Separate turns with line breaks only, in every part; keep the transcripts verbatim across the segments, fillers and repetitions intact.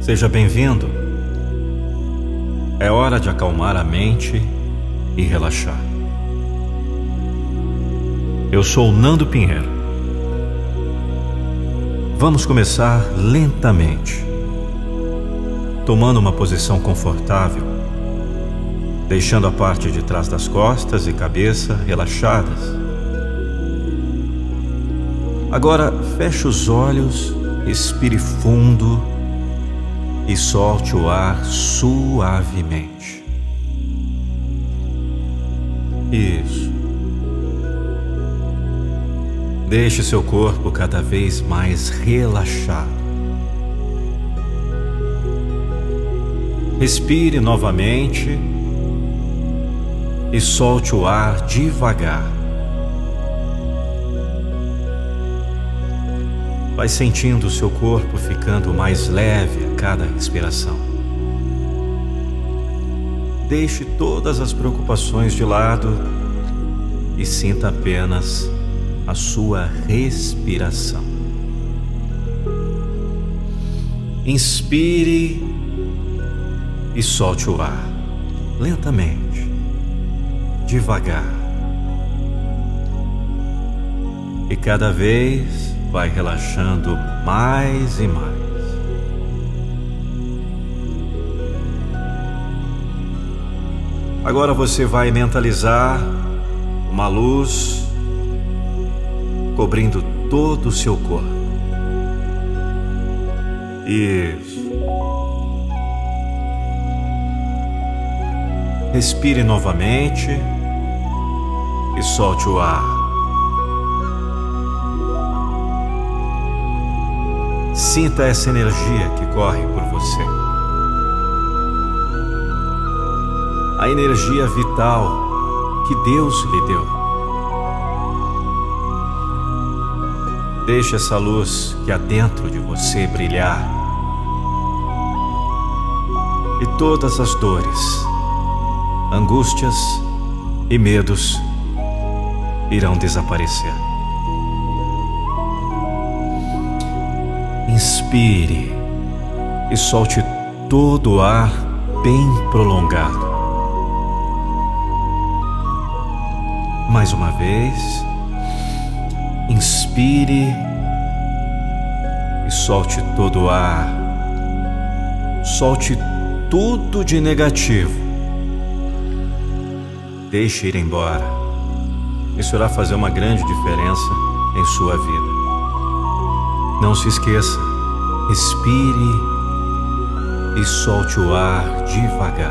Seja bem-vindo. É hora de acalmar a mente e relaxar. Eu sou Nando Pinheiro. Vamos começar lentamente, tomando uma posição confortável, deixando a parte de trás das costas e cabeça relaxadas. Agora feche os olhos, respire fundo e solte o ar suavemente. Isso. Deixe seu corpo cada vez mais relaxado. Respire novamente e solte o ar devagar. Vai sentindo o seu corpo ficando mais leve a cada respiração. Deixe todas as preocupações de lado e sinta apenas a sua respiração. Inspire e solte o ar lentamente, devagar. E cada vez vai relaxando mais e mais. Agora você vai mentalizar uma luz cobrindo todo o seu corpo. Isso. Respire novamente e solte o ar. Sinta essa energia que corre por você. A energia vital que Deus lhe deu. Deixe essa luz que há dentro de você brilhar. E todas as dores, angústias e medos irão desaparecer. Inspire e solte todo o ar bem prolongado. Mais uma vez, inspire e solte todo o ar. Solte tudo de negativo. Deixe ir embora. Isso irá fazer uma grande diferença em sua vida. Não se esqueça, respire e solte o ar devagar.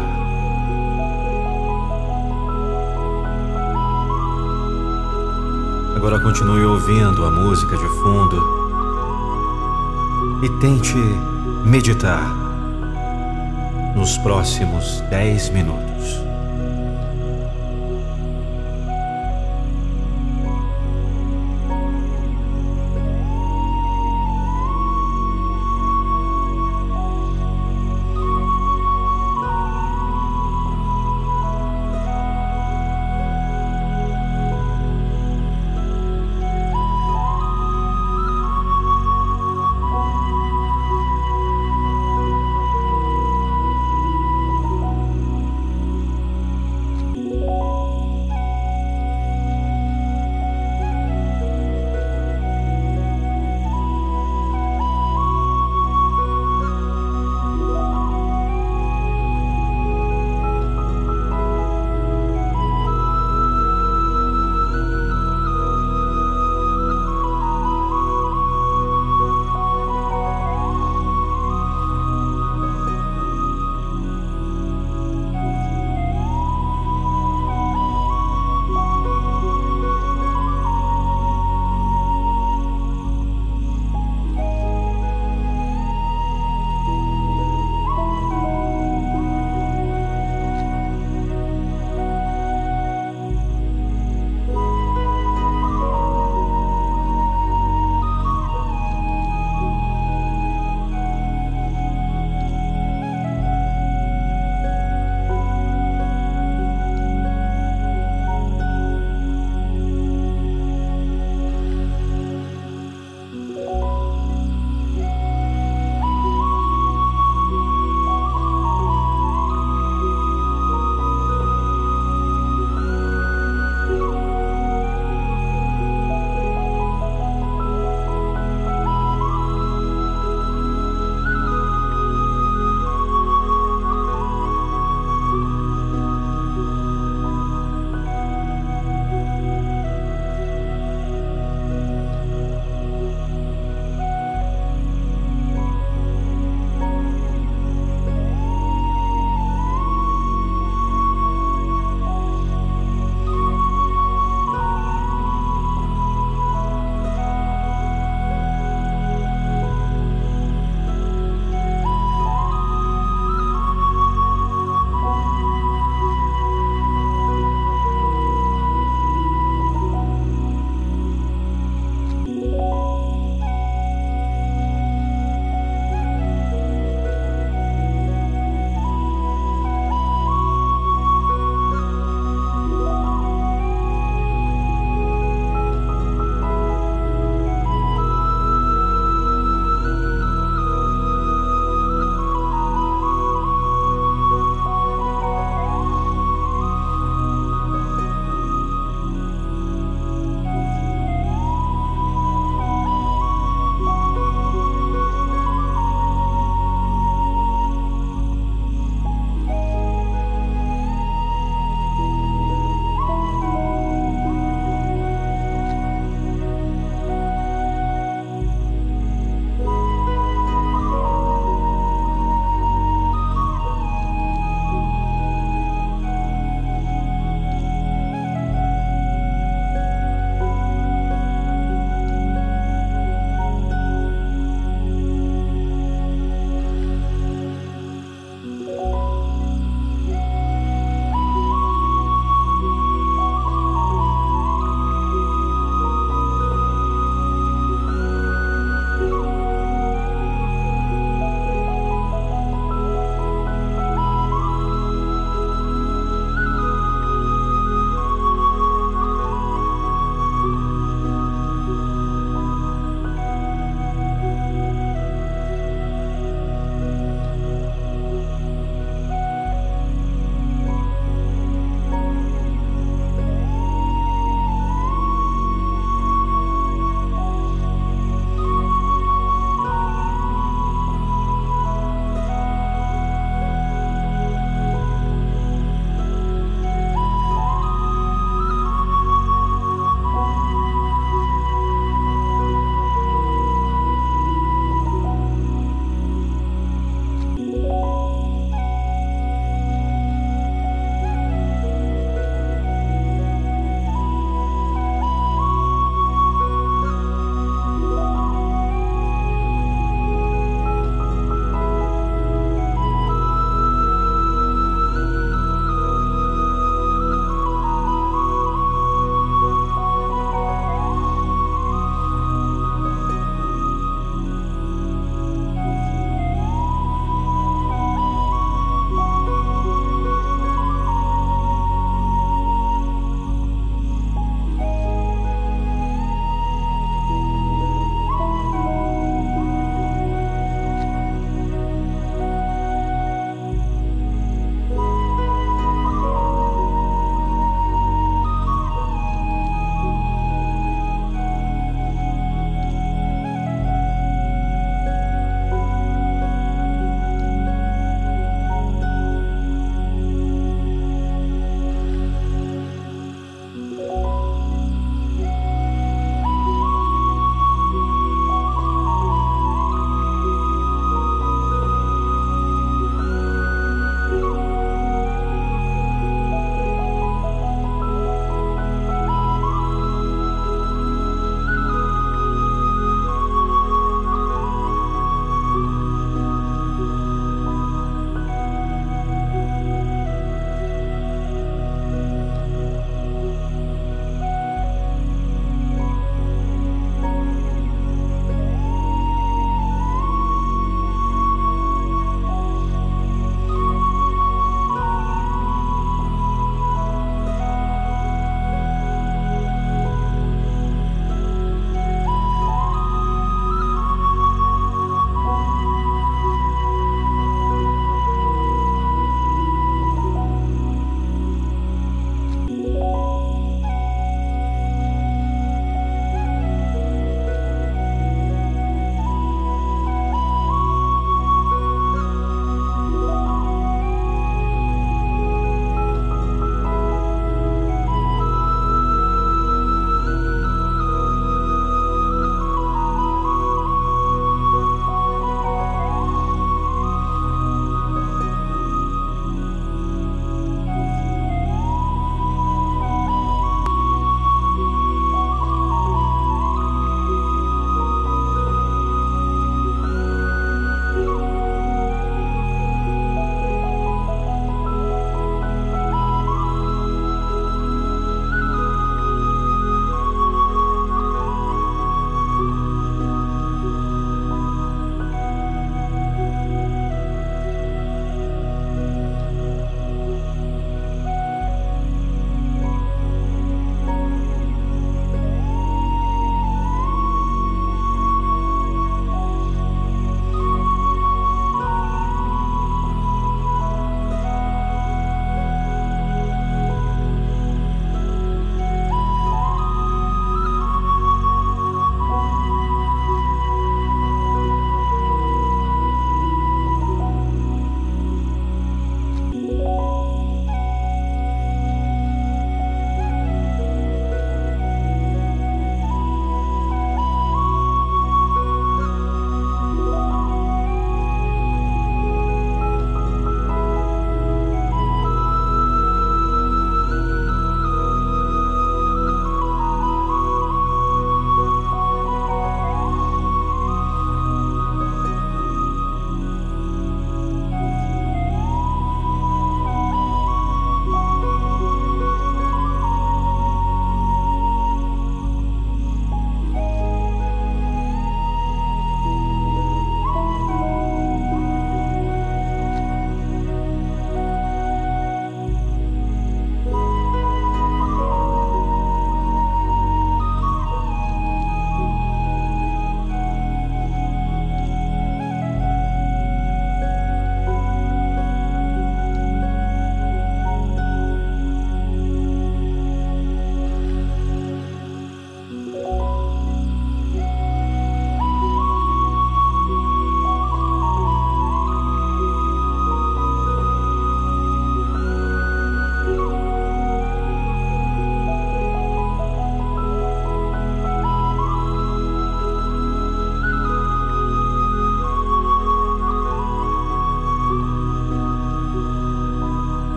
Agora continue ouvindo a música de fundo e tente meditar nos próximos dez minutos.